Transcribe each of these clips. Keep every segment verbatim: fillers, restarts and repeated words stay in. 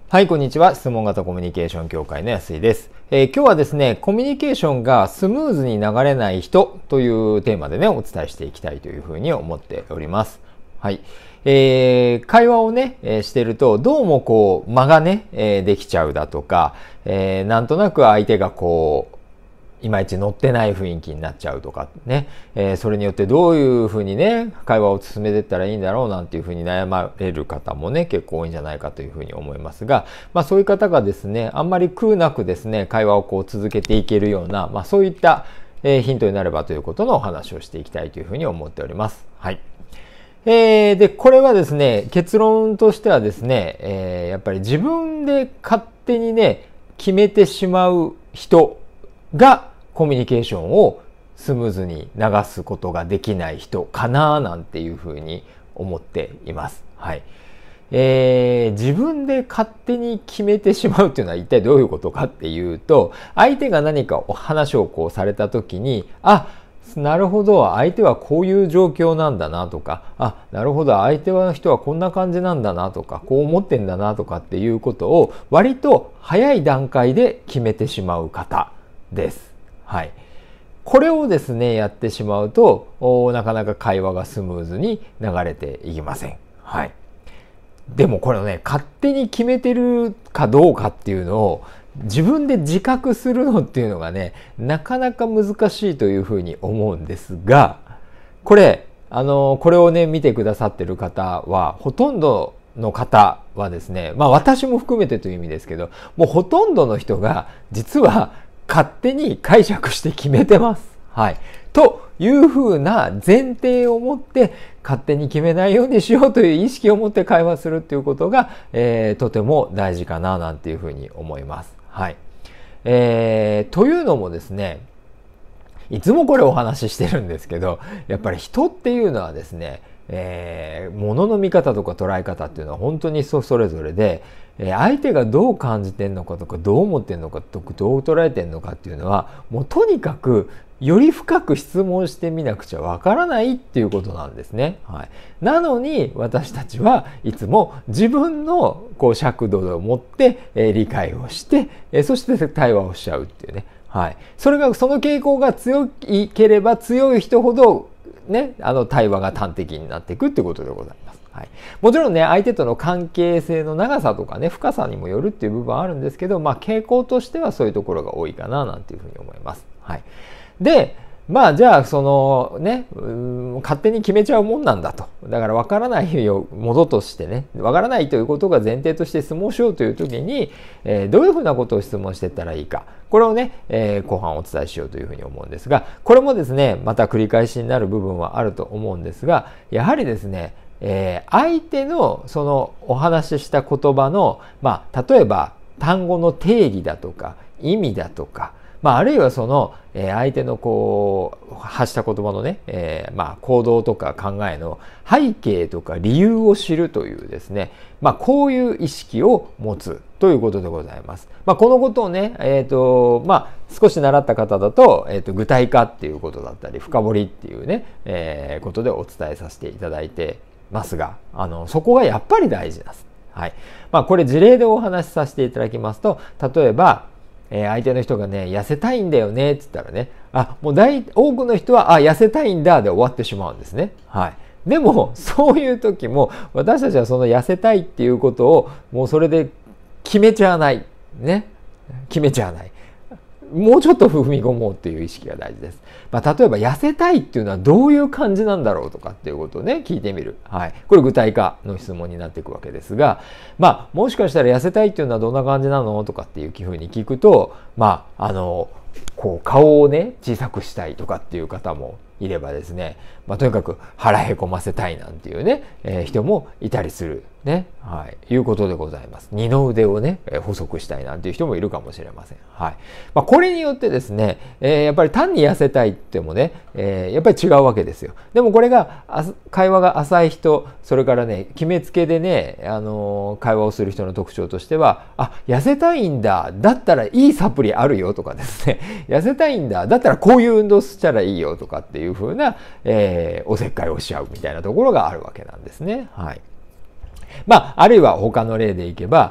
はい、こんにちは。質問型コミュニケーション協会の安井です。えー、今日はですね、コミュニケーションがスムーズに流れない人というテーマでね、お伝えしていきたいというふうに思っております。はい。えー、会話をね、えー、してると、どうもこう、間がね、えー、できちゃうだとか、えー、なんとなく相手がこう、いまいち乗ってない雰囲気になっちゃうとかね、えー、それによってどういうふうにね、会話を進めていったらいいんだろうなんていうふうに悩まれる方もね、結構多いんじゃないかというふうに思いますが、まあそういう方がですね、あんまり苦なくですね、会話をこう続けていけるような、まあそういった、えー、ヒントになればということのお話をしていきたいというふうに思っております。はい。えー、で、これはですね、結論としてはですね、えー、やっぱり自分で勝手にね、決めてしまう人がコミュニケーションをスムーズに流すことができない人かななんていうふうに思っています。はい。えー、自分で勝手に決めてしまうっていうのは一体どういうことかっていうと、相手が何かお話をこうされた時に、あ、なるほど、相手はこういう状況なんだなとか、あ、なるほど、相手の人はこんな感じなんだなとか、こう思ってんだなとかっていうことを割と早い段階で決めてしまう方です。はい。これをですね、やってしまうと、なかなか会話がスムーズに流れていきません。はい。でもこれをね、勝手に決めてるかどうかっていうのを自分で自覚するのっていうのがね、なかなか難しいというふうに思うんですが、これ、あの、これをね、見てくださってる方は、ほとんどの方はですね、まあ私も含めてという意味ですけど、もうほとんどの人が実は勝手に解釈して決めてます。はい。というふうな前提を持って勝手に決めないようにしようという意識を持って会話するっていうことが、えー、とても大事かななんていうふうに思います。はい。えー、というのもですね、いつもこれお話ししてるんですけど、やっぱり人っていうのはですね、えー、物の見方とか捉え方っていうのは本当に人それぞれで、えー、相手がどう感じてんのかとかどう思ってんのかとかどう捉えてんのかっていうのはもうとにかくより深く質問してみなくちゃわからないっていうことなんですね。はい。なのに私たちはいつも自分のこう尺度を持って、えー、理解をして、えー、そして対話をしちゃうっていうね。はい。それがその傾向が強いければ強い人ほどね、あの対話が端的になっていくってことでございます。はい、もちろんね、相手との関係性の長さとかね、深さにもよるっていう部分はあるんですけど、まあ傾向としてはそういうところが多いかななんていうふうに思います。はい。で、まあじゃあそのね、うーん勝手に決めちゃうもんなんだと。だから分からないものとしてね、分からないということが前提として質問しようという時に、えー、どういうふうなことを質問していったらいいか。これをね、えー、後半お伝えしようというふうに思うんですが、これもですね、また繰り返しになる部分はあると思うんですが、やはりですね、えー、相手のそのお話しした言葉の、まあ例えば単語の定義だとか意味だとか、まあ、あるいはその、えー、相手のこう発した言葉のね、えー、まあ行動とか考えの背景とか理由を知るというですね、まあこういう意識を持つということでございます。まあこのことをね、えっと、まあ少し習った方だと、えっと、具体化っていうことだったり、深掘りっていうね、えー、ことでお伝えさせていただいてますが、あの、そこがやっぱり大事です。はい。まあこれ事例でお話しさせていただきますと、例えば、えー、相手の人がね、痩せたいんだよね、って言ったらね、あ、もう大、多くの人は、あ、痩せたいんだで終わってしまうんですね。はい。でも、そういう時も、私たちはその痩せたいっていうことを、もうそれで決めちゃわない。ね。決めちゃわない。もうちょっと踏み込もうっていう意識が大事です。まあ、例えば痩せたいっていうのはどういう感じなんだろうとかっていうことをね、聞いてみる。はい。これ具体化の質問になっていくわけですが、まあ、もしかしたら痩せたいっていうのはどんな感じなのとかっていうふうに聞くと、まあ、あの、こう顔をね、小さくしたいとかっていう方もいればですね、まあ、とにかく腹へこませたいなんていうね、えー、人もいたりする。ね。はい。いうことでございます。二の腕をね、えー、細くしたいなんていう人もいるかもしれません。はい。まあ、これによってですね、えー、やっぱり単に痩せたいってもね、えー、やっぱり違うわけですよ。でもこれが、会話が浅い人、それからね、決めつけでね、あのー、会話をする人の特徴としては、あ、痩せたいんだ。だったらいいサプリあるよとかですね、痩せたいんだ。だったらこういう運動したらいいよとかっていう風な、えー、おせっかいをしちゃうみたいなところがあるわけなんですね。はい。まあ、あるいは他の例でいけば、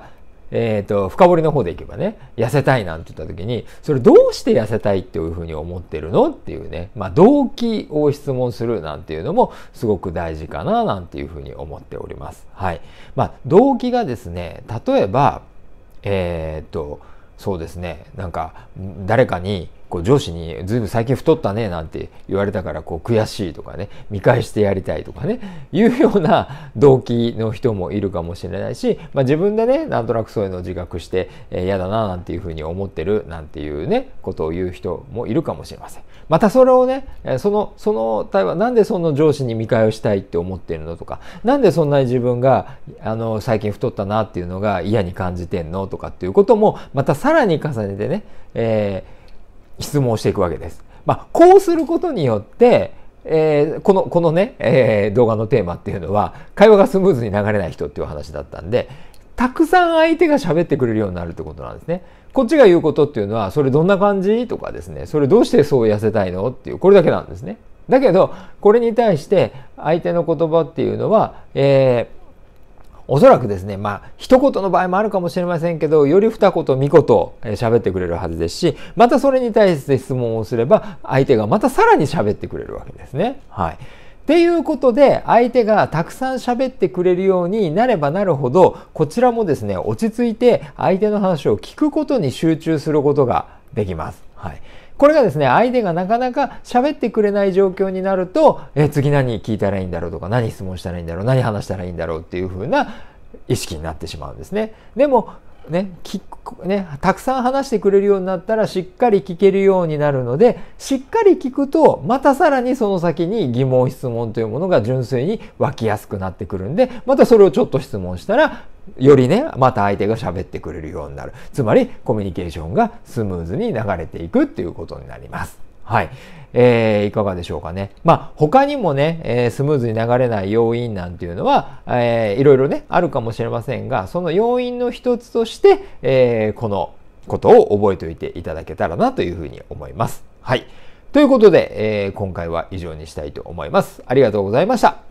えっと、深掘りの方でいけばね、痩せたいなんて言った時に、それどうして痩せたいっていうふうに思ってるのっていうね、まあ動機を質問するなんていうのもすごく大事かななんていうふうに思っております。はい。まあ動機がですね、例えば、えっと、そうですね、なんか誰かにこう上司にずいぶん最近太ったねなんて言われたからこう悔しいとかね、見返してやりたいとかね、いうような動機の人もいるかもしれないし、まあ、自分でねなんとなくそういうのを自覚して嫌、えー、だななんていうふうに思ってるなんていうねことを言う人もいるかもしれません。またそれをね、そのその対話、なんでその上司に見返したいって思ってるのとか、なんでそんなに自分があの最近太ったなっていうのが嫌に感じてんのとかっていうこともまたさらに重ねてね、えー、質問をしていくわけです。まあ、こうすることによって、えー、このこのね、えー、動画のテーマっていうのは会話がスムーズに流れない人っていう話だったんで、たくさん相手が喋ってくれるようになるってことなんですね。こっちが言うことっていうのは、それどんな感じとかですね、それどうしてそう痩せたいのっていう、これだけなんですね。だけど、これに対して相手の言葉っていうのは、えーおそらくですね、まあ、一言の場合もあるかもしれませんけど、より二言、三言喋ってくれるはずですし、またそれに対して質問をすれば、相手がまたさらに喋ってくれるわけですね。はい。っていうことで、相手がたくさん喋ってくれるようになればなるほど、こちらもですね、落ち着いて相手の話を聞くことに集中することができます。はい。これがですね、相手がなかなか喋ってくれない状況になると、え、次何聞いたらいいんだろうとか、何質問したらいいんだろう、何話したらいいんだろうっていう風な意識になってしまうんですね。でも、ね、きね、たくさん話してくれるようになったらしっかり聞けるようになるので、しっかり聞くとまたさらにその先に疑問質問というものが純粋に湧きやすくなってくるんで、またそれをちょっと質問したらよりね、また相手が喋ってくれるようになる。つまりコミュニケーションがスムーズに流れていくっていうことになります。はい。えー、いかがでしょうかね。まあ、他にもね、えー、スムーズに流れない要因なんていうのは、えー、いろいろね、あるかもしれませんが、その要因の一つとして、えー、このことを覚えておいていただけたらなというふうに思います。はい。ということで、えー、今回は以上にしたいと思います。ありがとうございました。